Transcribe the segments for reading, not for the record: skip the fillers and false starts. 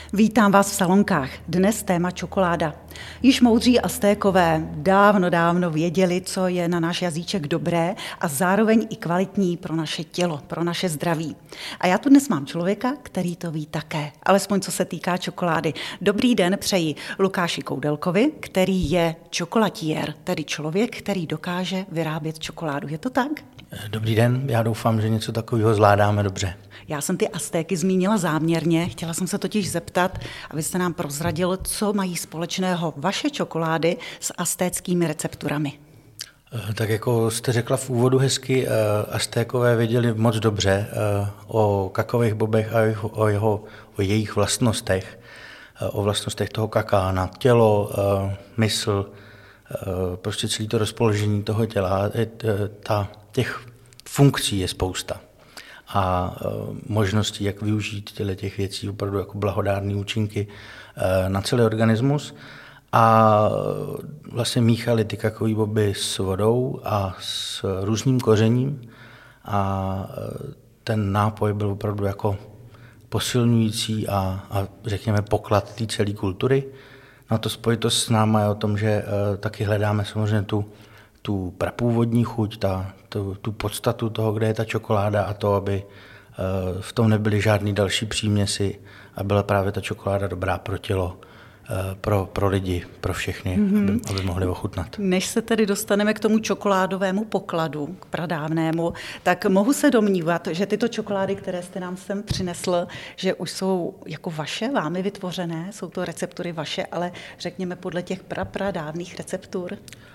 Vítám vás v Salonkách. Dnes téma čokoláda. Již moudří Aztékové dávno věděli, co je na náš jazyček dobré a zároveň i kvalitní pro naše tělo, pro naše zdraví. A já tu dnes mám člověka, který to ví také, alespoň co se týká čokolády. Dobrý den přeji Lukáši Koudelkovi, který je čokolatiér, tedy člověk, který dokáže vyrábět čokoládu. Je to tak? Dobrý den, já doufám, že něco takového zvládáme dobře. Já jsem ty Aztéky zmínila záměrně, chtěla jsem se totiž zeptat, abyste nám prozradil, co mají společného vaše čokolády s aztéckými recepturami. Tak jako jste řekla v úvodu hezky, Aztékové věděli moc dobře o kakaových bobech a o jejich vlastnostech, o vlastnostech toho kakaa na tělo, mysl, prostě celé to rozpoložení toho těla. Těch funkcí je spousta a možností, jak využít těch věcí, opravdu jako blahodárné účinky na celý organismus. A vlastně míchali ty kakaové boby s vodou a s různým kořením a ten nápoj byl opravdu jako posilňující a řekněme poklad té celé kultury. No to spojitost s náma je o tom, že taky hledáme samozřejmě tu prapůvodní chuť, tu podstatu toho, kde je ta čokoláda a to, aby v tom nebyly žádný další příměsi a byla právě ta čokoláda dobrá pro tělo, pro lidi, pro všechny, aby mohli ochutnat. Než se tedy dostaneme k tomu čokoládovému pokladu, k pradávnému, tak mohu se domnívat, že tyto čokolády, které jste nám sem přinesl, že už jsou jako vaše, vámi vytvořené, jsou to receptury vaše, ale řekněme podle těch pradávných receptur?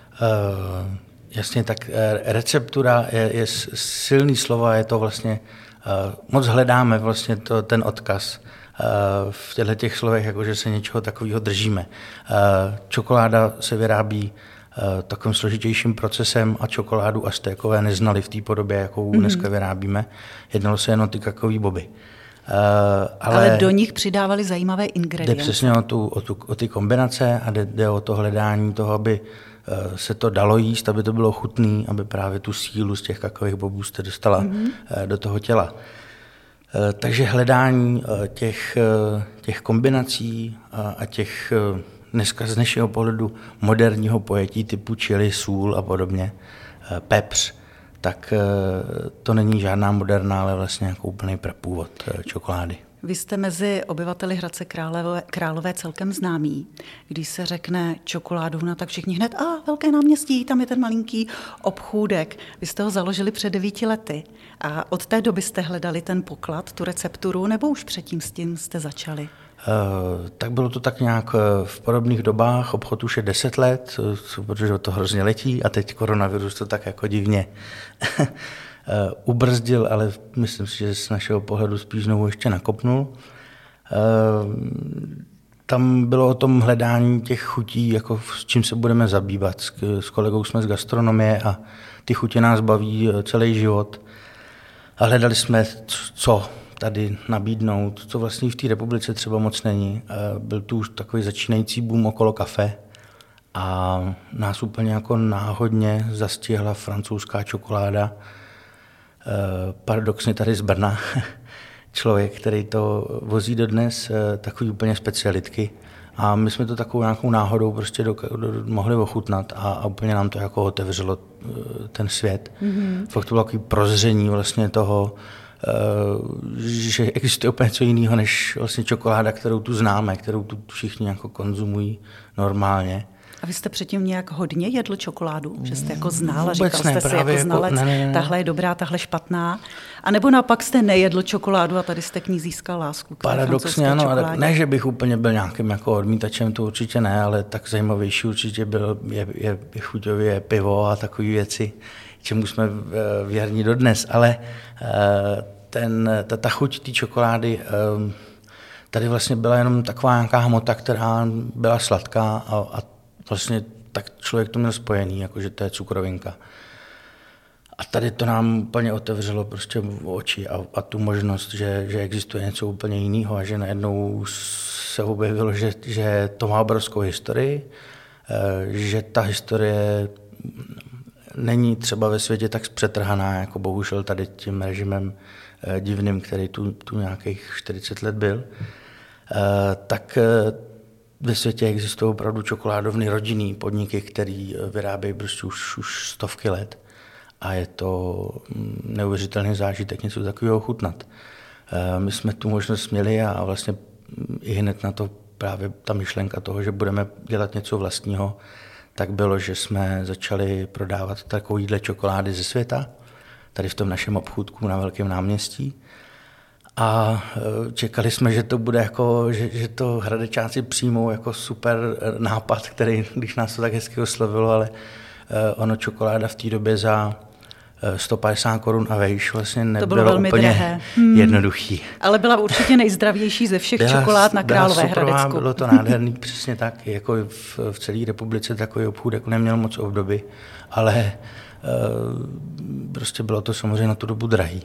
Jasně, tak receptura je silný slovo, je to vlastně, moc hledáme vlastně ten odkaz v těch slovech, jako že se něčeho takového držíme. Čokoláda se vyrábí takovým složitějším procesem a čokoládu Aztékové neznali v té podobě, jakou dneska vyrábíme. Jednalo se jen o ty kakaové boby. Ale do nich přidávali zajímavé ingredience. Jde přesně o ty kombinace a jde o to hledání toho, aby se to dalo jíst, aby to bylo chutné, aby právě tu sílu z těch kakaových bobů jste dostala do toho těla. Takže hledání těch kombinací a těch dneska z dnešního pohledu moderního pojetí typu chili, sůl a podobně, pepř, tak to není žádná moderná, ale vlastně jako úplný prapůvod čokolády. Vy jste mezi obyvateli Hradce Králové celkem známý. Když se řekne čokoládovna, tak všichni hned, velké náměstí, tam je ten malinký obchůdek. Vy jste ho založili před 9 lety a od té doby jste hledali ten poklad, tu recepturu, nebo už předtím s tím jste začali? Tak bylo to tak nějak v podobných dobách, obchod už je 10 let, protože to hrozně letí a teď koronavirus to tak jako divně ubrzdil, ale myslím si, že z našeho pohledu spíš znovu ještě nakopnul. Tam bylo o tom hledání těch chutí, jako s čím se budeme zabývat. S kolegou jsme z gastronomie a ty chutě nás baví celý život. A hledali jsme, co tady nabídnout, co vlastně v té republice třeba moc není. Byl tu už takový začínající boom okolo kafe a nás úplně jako náhodně zastihla francouzská čokoláda, paradoxně tady z Brna, člověk, který to vozí dodnes, takový úplně specialitky. A my jsme to takovou nějakou náhodou prostě mohli ochutnat a úplně nám to jako otevřelo ten svět. Fakt to bylo takový prozření vlastně toho, že existuje úplně něco jiného než vlastně čokoláda, kterou tu známe, kterou tu všichni jako konzumují normálně. A vy jste předtím nějak hodně jedl čokoládu? Že jste jako znal a Vůbec říkal jste si jako znalec, ne. tahle je dobrá, tahle špatná? A nebo naopak jste nejedl čokoládu a tady jste k ní získal lásku? Paradoxně ano, ale ne, že bych úplně byl nějakým jako odmítačem, to určitě ne, ale tak zajímavější určitě je chuťově pivo a takové věci, čemu jsme věrní dodnes, ale ta chuť té čokolády tady vlastně byla jenom taková nějaká hmota, která byla sladká a vlastně tak člověk to měl spojený, jakože to je cukrovinka. A tady to nám úplně otevřelo prostě oči a tu možnost, že existuje něco úplně jiného a že najednou se objevilo, že to má obrovskou historii, že ta historie není třeba ve světě tak zpřetrhaná, jako bohužel tady tím režimem divným, který tu nějakých 40 let byl. tak ve světě existují opravdu čokoládovny rodinný podniky, které vyrábějí prostě už stovky let. A je to neuvěřitelný zážitek něco takového ochutnat. My jsme tu možnost měli a vlastně i hned na to právě ta myšlenka toho, že budeme dělat něco vlastního, tak bylo, že jsme začali prodávat takovýhle čokolády ze světa, tady v tom našem obchůdku na Velkém náměstí. A čekali jsme, že to bude jako, že to Hradečáci přijmou jako super nápad, který, když nás to tak hezky oslovilo, ale ono čokoláda v té době za 150 korun a vejš vlastně nebylo úplně jednoduchý. Ale byla určitě nejzdravější ze všech čokolád na Královéhradecku. Bylo to nádherný, přesně tak. Jako v celé republice takový obchůd jako neměl moc obdoby, ale prostě bylo to samozřejmě na tu dobu drahý.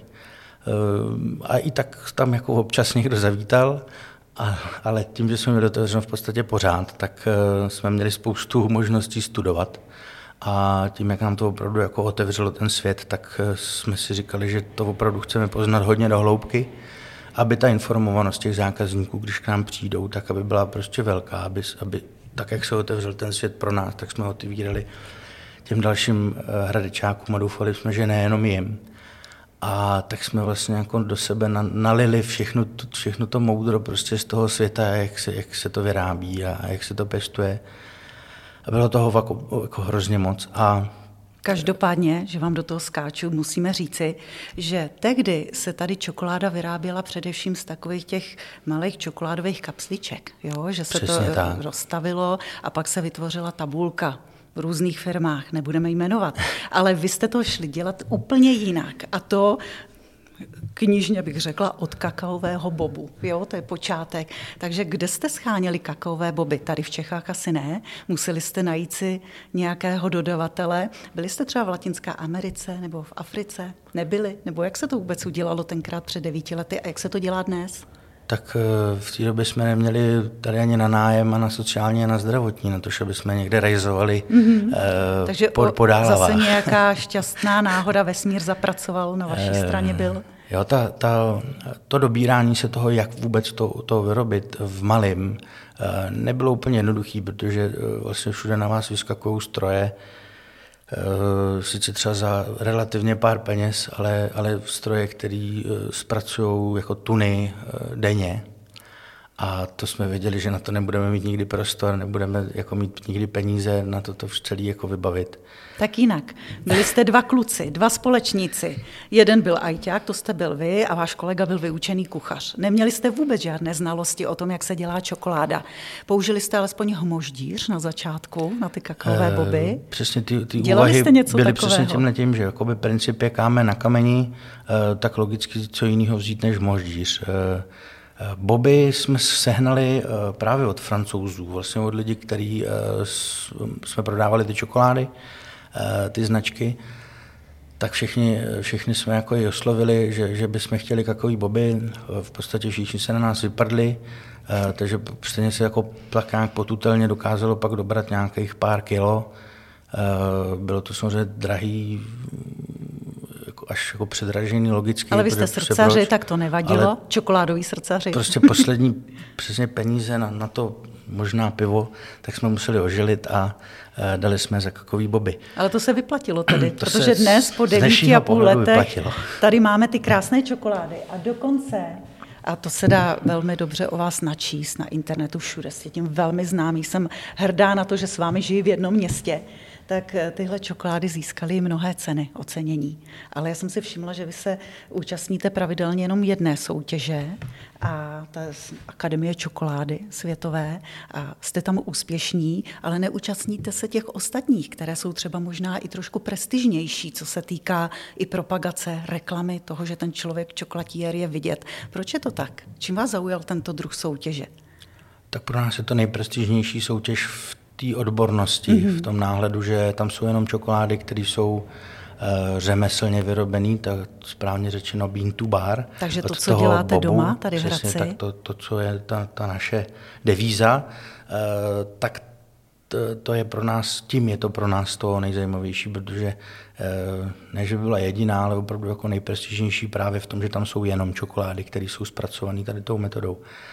A i tak tam jako občas někdo zavítal, ale tím, že jsme měli otevřeno v podstatě pořád, tak jsme měli spoustu možností studovat. A tím, jak nám to opravdu jako otevřelo ten svět, tak jsme si říkali, že to opravdu chceme poznat hodně do hloubky, aby ta informovanost těch zákazníků, když k nám přijdou, tak aby byla prostě velká, aby tak, jak se otevřel ten svět pro nás, tak jsme ho otevírali těm dalším Hradečákům a doufali jsme, že nejenom jim. A tak jsme vlastně jako do sebe nalili všechno to moudro prostě z toho světa, jak se to vyrábí a jak se to pěstuje. A bylo toho jako hrozně moc. Každopádně, že vám do toho skáču, musíme říci, že tehdy se tady čokoláda vyráběla především z takových těch malých čokoládových kapsliček, jo? Že se přesně to tak rozstavilo a pak se vytvořila tabulka v různých firmách, nebudeme jmenovat. Ale vy jste to šli dělat úplně jinak a to knižně bych řekla od kakaového bobu, jo, to je počátek. Takže kde jste scháněli kakaové boby? Tady v Čechách asi ne, museli jste najít si nějakého dodavatele. Byli jste třeba v Latinské Americe nebo v Africe? Nebyli? Nebo jak se to vůbec udělalo tenkrát před 9 lety a jak se to dělá dnes? Tak v té době jsme neměli tady ani na nájem a na sociální a na zdravotní, na to, že bychom někde realizovali Takže podálavách. Zase nějaká šťastná náhoda, vesmír zapracoval, na vaší straně byl? Jo, to dobírání se toho, jak vůbec to vyrobit v malém, nebylo úplně jednoduché, protože vlastně všude na vás vyskakují stroje, sice třeba za relativně pár peněz, ale stroje, které zpracují jako tuny denně. A to jsme věděli, že na to nebudeme mít nikdy prostor, nebudeme jako mít nikdy peníze na to celé jako vybavit. Tak jinak. Byli jste 2 kluci, 2 společníci. Jeden byl ajťák, to jste byl vy, a váš kolega byl vyučený kuchař. Neměli jste vůbec žádné znalosti o tom, jak se dělá čokoláda. Použili jste alespoň hmoždíř na začátku, na ty kakaové boby. Přesně ty úvahy byly takového? Přesně tím, že jakoby princip je kámen na kameni, tak logicky co jiného vzít než hmoždíř. Boby jsme sehnali právě od Francouzů, vlastně od lidí, který jsme prodávali ty čokolády, ty značky, tak všichni jsme jako i oslovili, že bychom chtěli kakaový boby, v podstatě všichni se na nás vypadli, takže stejně se jako tak nějak potutelně dokázalo pak dobrat nějakých pár kilo. Bylo to samozřejmě drahý, až jako předražený logicky. Ale vy jste srdcaři, tak to nevadilo? Čokoládový srdcaři. Prostě poslední přesně peníze na to možná pivo, tak jsme museli ožilit a dali jsme za kakaový boby. Ale to se vyplatilo tedy, protože dnes po 9,5 letech tady máme ty krásné čokolády a dokonce, a to se dá velmi dobře o vás načíst na internetu všude, jste tím velmi známý, jsem hrdá na to, že s vámi žiji v jednom městě, tak tyhle čokolády získaly mnohé ceny, ocenění. Ale já jsem si všimla, že vy se účastníte pravidelně jenom jedné soutěže a ta Akademie čokolády světové a jste tam úspěšní, ale neúčastníte se těch ostatních, které jsou třeba možná i trošku prestižnější, co se týká i propagace, reklamy, toho, že ten člověk čokolatiér je vidět. Proč je to tak? Čím vás zaujal tento druh soutěže? Tak pro nás je to nejprestižnější soutěž v té odbornosti, v tom náhledu, že tam jsou jenom čokolády, které jsou řemeslně vyrobený, tak správně řečeno bean to bar. Takže to, co děláte bobu, doma, tady v Hradci. Tak to, co je ta naše devíza, tak to je pro nás, tím je to pro nás to nejzajímavější, protože ne, že by byla jediná, ale opravdu jako nejprestižnější právě v tom, že tam jsou jenom čokolády, které jsou zpracované tady tou metodou.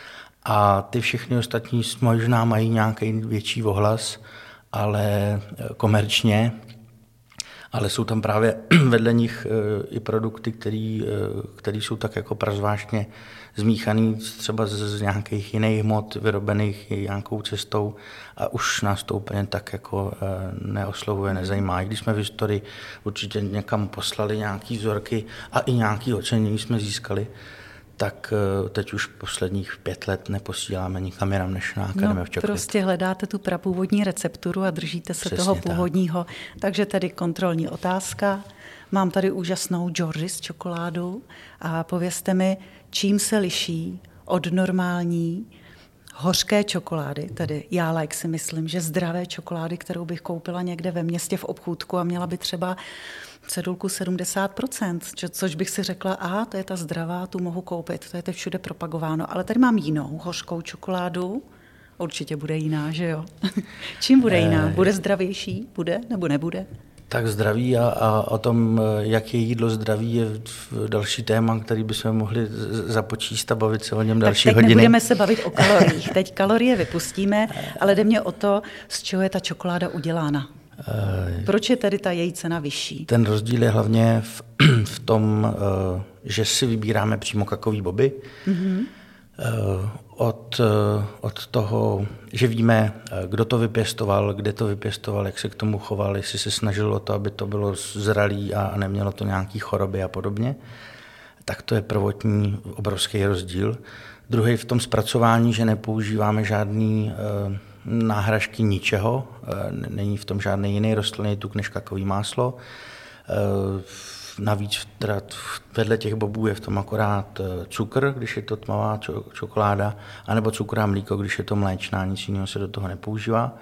A ty všechny ostatní možná mají nějaký větší ohlas, ale komerčně, ale jsou tam právě vedle nich i produkty, které jsou tak jako prazvláštně zmíchaný třeba z nějakých jiných hmot, vyrobených nějakou cestou a už nás to úplně tak jako neoslovuje, nezajímá. I když jsme v historii určitě někam poslali nějaký vzorky a i nějaké ocenění jsme získali, tak teď už posledních 5 let neposíláme nikam jinam než na Academy of Chocolate. Prostě hledáte tu prapůvodní recepturu a držíte se Přesně toho tak. původního. Takže tedy kontrolní otázka. Mám tady úžasnou George's čokoládu a povězte mi, čím se liší od normální hořké čokolády, tedy já si myslím, že zdravé čokolády, kterou bych koupila někde ve městě v obchůdku a měla by třeba cedulku 70%, což bych si řekla, aha, to je ta zdravá, tu mohu koupit, to je teď všude propagováno. Ale tady mám jinou hořkou čokoládu, určitě bude jiná, že jo? Čím bude jiná? Bude zdravější? Bude nebo nebude? Tak zdraví a o tom, jak je jídlo zdraví, je další téma, který bychom mohli započíst a bavit se o něm další hodiny. Teď nebudeme se bavit o kaloriích. Teď kalorie vypustíme, ale jde mě o to, z čeho je ta čokoláda udělána. Proč je tedy ta její cena vyšší? Ten rozdíl je hlavně v tom, že si vybíráme přímo kakaový boby. Mm-hmm. Od toho, že víme, kdo to vypěstoval, kde to vypěstoval, jak se k tomu choval, jestli se snažil o to, aby to bylo zralý a nemělo to nějaké choroby a podobně, tak to je prvotní obrovský rozdíl. Druhý v tom zpracování, že nepoužíváme žádný náhražky ničeho, není v tom žádný jiný rostlinný tuk než kakaový máslo. Navíc vedle těch bobů je v tom akorát cukr, když je to tmavá čokoláda, anebo cukr a mlíko, když je to mléčná, nic jiného se do toho nepoužívá.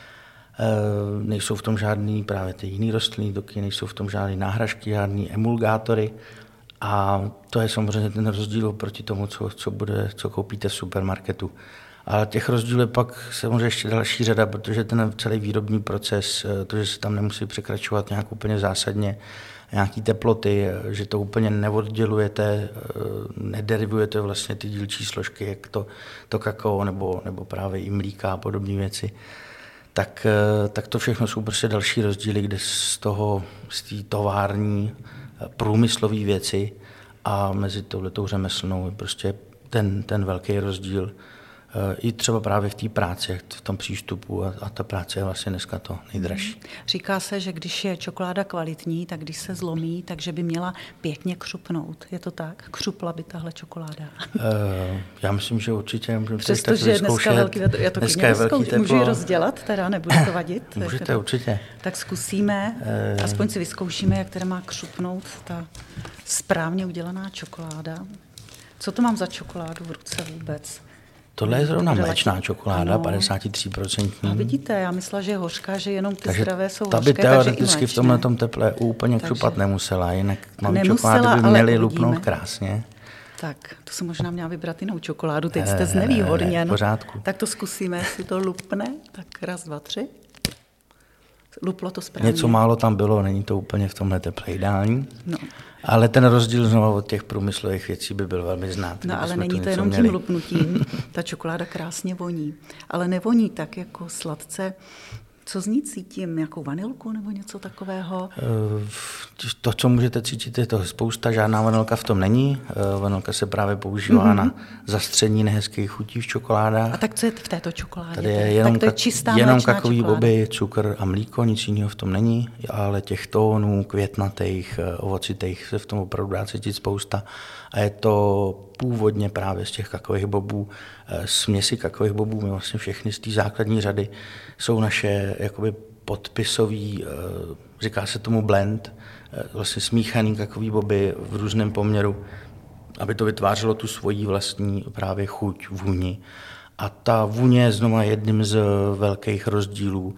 Nejsou v tom žádný právě ty jiný rostlinný tuky, nejsou v tom žádný náhražky, žádný emulgátory. A to je samozřejmě ten rozdíl oproti tomu, co koupíte v supermarketu. Ale těch rozdílů je pak samozřejmě ještě další řada, protože ten celý výrobní proces, to, že se tam nemusí překračovat nějak úplně zásadně nějaký teploty, že to úplně neoddělujete, nederivujete vlastně ty dílčí složky, jak to kakao nebo právě i mlíka a podobné věci, tak to všechno jsou prostě další rozdíly, kde z té tovární průmyslové věci a mezi touhletou řemeslnou je prostě ten velký rozdíl. I třeba právě v té práci, v tom přístupu a ta práce je vlastně dneska to nejdražší. Říká se, že když je čokoláda kvalitní, tak když se zlomí, takže by měla pěkně křupnout. Je to tak? Křupla by tahle čokoláda? Já myslím, že určitě. Přestože dneska velký, já to dneska je velký teplo. Můžu ji rozdělat, teda nebude to vadit? Můžete, určitě. Tak zkusíme, aspoň si vyzkoušíme, jak teda má křupnout ta správně udělaná čokoláda. Co to mám za čokoládu v ruce vůbec? Tohle je zrovna mléčná čokoláda, ano. 53%. A vidíte, já myslela, že je hořká, že jenom ty zdravé jsou hořké, takže by teoreticky v tomhletom teple úplně křupat nemusela, jinak malý čokolády by měly lupnout krásně. Tak, to jsem možná měla vybrat jinou čokoládu, teď jste znevýhodněn. V pořádku. Tak to zkusíme, jestli to lupne. Tak 1, 2, 3. Luplo to správně. Něco málo tam bylo, není to úplně v tomhle teple ideální. No. Ale ten rozdíl znovu od těch průmyslových věcí by byl velmi znát. No ale není to jenom tím lupnutím. Ta čokoláda krásně voní. Ale nevoní tak jako sladce. Co z ní cítím? Jakou vanilku nebo něco takového? To, co můžete cítit, je to spousta. Žádná vanilka v tom není. Vanilka se právě používá na zastření nehezkých chutí v čokoládách. A tak co je v této čokoládě? Tady je jenom, to je čistá jenom kakaový čokoláda. boby, cukr a mlíko, nic jiného v tom není, ale těch tónů, květnatých, ovocitých se v tom opravdu dá cítit spousta. A je to původně právě z těch kakaových bobů, směsi kakaových bobů, my vlastně všechny z té základní řady jsou naše jakoby podpisový, říká se tomu blend, vlastně smíchaný kakaový boby v různém poměru, aby to vytvářelo tu svoji vlastní právě chuť, vůni. A ta vůně je znovu jedním z velkých rozdílů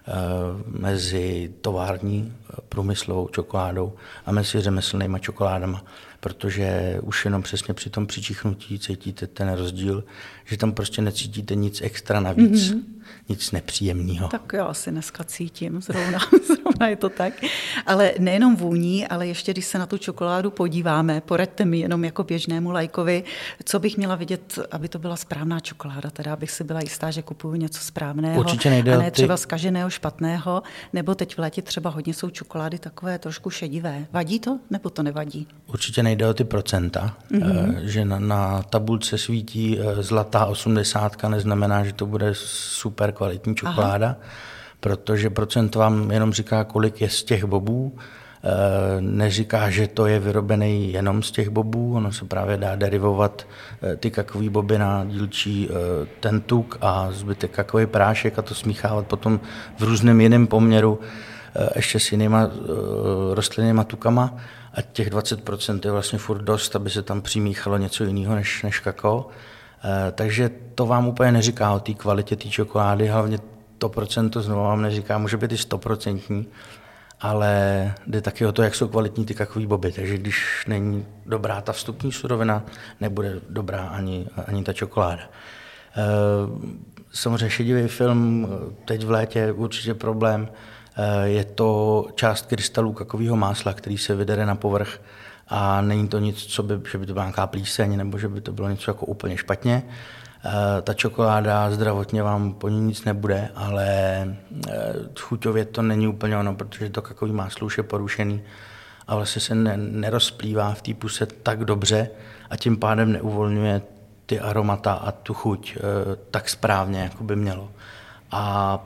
mezi tovární průmyslovou čokoládou a mezi řemeslnýma čokoládama, protože už jenom přesně při tom přičichnutí cítíte ten rozdíl, že tam prostě necítíte nic extra navíc. Mm-hmm. nic nepříjemného. Tak já asi dneska cítím, zrovna je to tak. Ale nejenom vůní, ale ještě když se na tu čokoládu podíváme, poraďte mi jenom jako běžnému lajkovi, co bych měla vidět, aby to byla správná čokoláda, teda abych si byla jistá, že kupuju něco správného. Určitě nejde a ne třeba zkaženého, špatného, nebo teď v létě třeba hodně jsou čokolády takové trošku šedivé. Vadí to, nebo to nevadí? Určitě nejde o ty procenta, že na tabulce svítí zlatá 80, neznamená, že to bude super kvalitní čokoláda. Aha. Protože procent vám jenom říká, kolik je z těch bobů, neříká, že to je vyrobený jenom z těch bobů, ono se právě dá derivovat ty kakové boby na dílčí ten tuk a zbytek kakový prášek a to smíchávat potom v různém jiném poměru ještě s jinýma rostlinnýma tukama a těch 20% je vlastně furt dost, aby se tam přimíchalo něco jiného než kakao. Takže to vám úplně neříká o té kvalitě té čokolády, hlavně to procento znovu vám neříká, může být i 100%, ale jde taky o to, jak jsou kvalitní ty kakové boby. Takže když není dobrá ta vstupní surovina, nebude dobrá ani ta čokoláda. Samozřejmě šedivý film, teď v létě určitě problém, je to část krystalů kakového másla, který se vydere na povrch a není to nic, že by to byla nějaká plíseň nebo že by to bylo něco jako úplně špatně. Ta čokoláda zdravotně vám po ní nic nebude, ale chuťově to není úplně ono, protože to kakové máslo už je porušený a vlastně se nerozplývá v té puse tak dobře a tím pádem neuvolňuje ty aromata a tu chuť tak správně, jako by mělo. A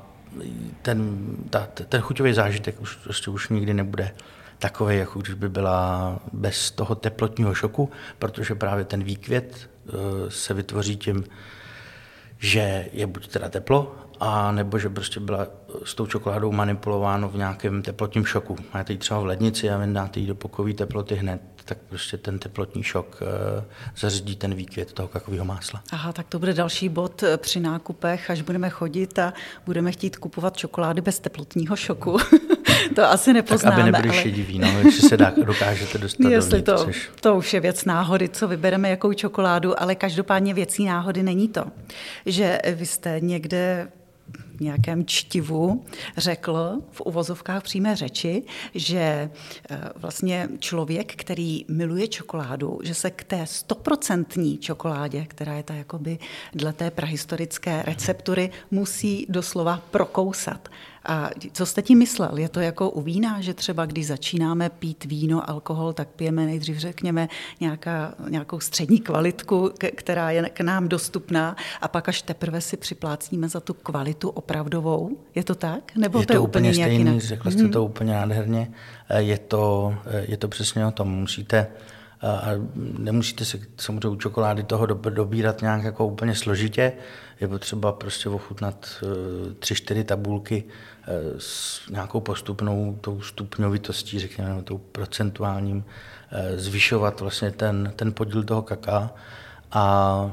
ten chuťový zážitek už nikdy nebude takový, jako když by byla bez toho teplotního šoku, protože právě ten výkvět se vytvoří tím, že je buď teda teplo, a nebo že prostě byla s tou čokoládou manipulováno v nějakém teplotním šoku. Máte ji třeba v lednici a dáte ji do pokojové teploty hned, tak prostě ten teplotní šok zařídí ten výkvět toho kakového másla. Aha, tak to bude další bod při nákupech, až budeme chodit a budeme chtít kupovat čokolády bez teplotního šoku. To asi nepoznáme. Tak aby nebyly šedivý, no, jestli se dokážete dostat dovnitř. To už je věc náhody, co vybereme, jakou čokoládu, ale každopádně věcí náhody není to, že vy jste někde v nějakém čtivu řekl v uvozovkách přímé řeči, že vlastně člověk, který miluje čokoládu, že se k té 100% čokoládě, která je ta jakoby dle té prahistorické receptury, musí doslova prokousat. A co jste tím myslel? Je to jako u vína, že třeba když začínáme pít víno, alkohol, tak pijeme nejdřív, řekněme, nějakou střední kvalitku, která je k nám dostupná a pak až teprve si připlácíme za tu kvalitu opravdovou? Je to tak? Nebo je to je úplně nějak jinak? Řekla jste to úplně nádherně. Je to přesně o tom. Nemusíte si samozřejmě u čokolády toho dobírat nějak jako úplně složitě. Je potřeba prostě ochutnat 3-4 tabulky s nějakou postupnou tou stupňovitostí, řekněme, tou procentuálním, zvyšovat vlastně ten podíl toho kakaa a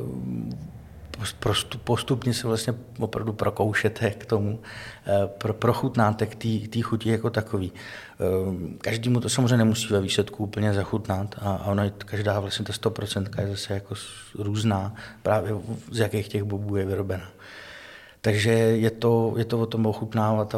postupně se vlastně opravdu prokoušete k tomu, prochutnáte k té chuti jako takový. Každému to samozřejmě nemusí ve výsledku úplně zachutnat a ona každá vlastně ta 100% je zase jako různá, právě z jakých těch bobů je vyrobena. Takže je to o tom ochutnávat a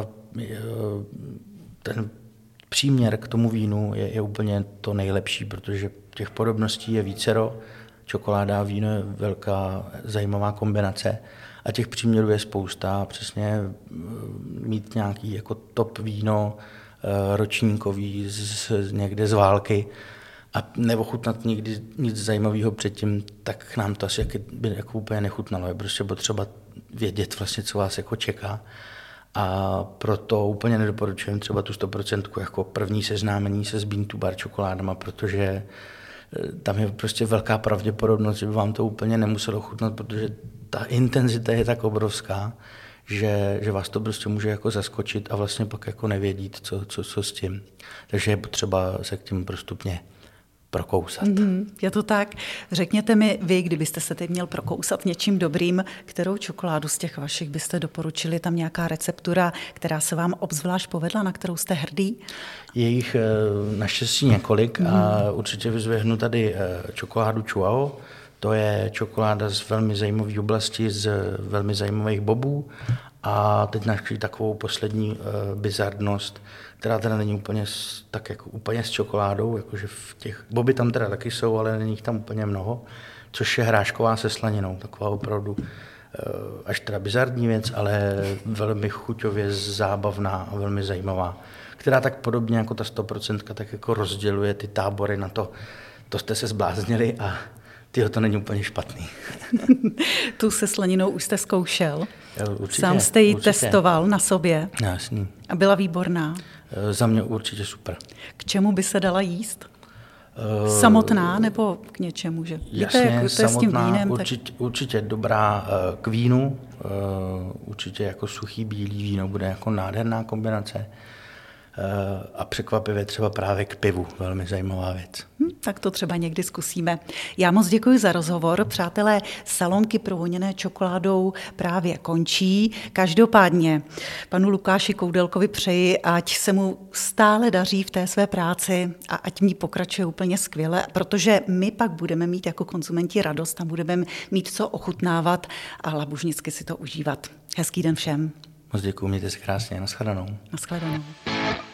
ten příměr k tomu vínu je úplně to nejlepší, protože těch podobností je vícero. Čokoláda a víno je velká zajímavá kombinace a těch příměrů je spousta. Přesně mít nějaký jako top víno ročníkový někde z války a neochutnat nikdy nic zajímavého předtím, tak nám to asi jako úplně nechutnalo. Je prostě potřeba vědět vlastně, co vás jako čeká. A proto úplně nedoporučujem třeba tu 100% jako první seznámení se s Bean to Bar čokoládama, protože tam je prostě velká pravděpodobnost, že by vám to úplně nemuselo chutnat, protože ta intenzita je tak obrovská, že vás to prostě může jako zaskočit a vlastně pak jako nevědět, co s tím. Takže je potřeba se k tím postupně prokousat. Je to tak. Řekněte mi vy, kdybyste se teď měl prokousat něčím dobrým, kterou čokoládu z těch vašich byste doporučili? Tam nějaká receptura, která se vám obzvlášť povedla, na kterou jste hrdý? Je jich naštěstí několik a určitě vyzvěhnu tady čokoládu Chuao, To je čokoláda z velmi zajímavé oblasti, z velmi zajímavých bobů. A teď našli takovou poslední bizardnost, která teda není úplně tak jako úplně s čokoládou, jakože v těch boby tam teda taky jsou, ale není jich tam úplně mnoho, což je hrášková se slaninou, taková opravdu až teda bizardní věc, ale velmi chuťově zábavná a velmi zajímavá, která tak podobně jako ta 100% tak jako rozděluje ty tábory na to jste se zbláznili a to není úplně špatný. Tu se slaninou už jste zkoušel? Určitě, Sám jste ji testoval na sobě? Jasný. A byla výborná? Za mě určitě super. K čemu by se dala jíst? Samotná nebo k něčemu? Že? Jasně, víte, jak to samotná, s tím vínem, určitě dobrá k vínu, určitě jako suchý bílý víno bude jako nádherná kombinace. A překvapivě třeba právě k pivu, velmi zajímavá věc. Tak to třeba někdy zkusíme. Já moc děkuji za rozhovor. Přátelé, salonky provoněné čokoládou právě končí. Každopádně panu Lukáši Koudelkovi přeji, ať se mu stále daří v té své práci a ať v ní pokračuje úplně skvěle, protože my pak budeme mít jako konzumenti radost a budeme mít co ochutnávat a labužnicky si to užívat. Hezký den všem. Moc děkuji, mějte se krásně, nashledanou. Nashledanou.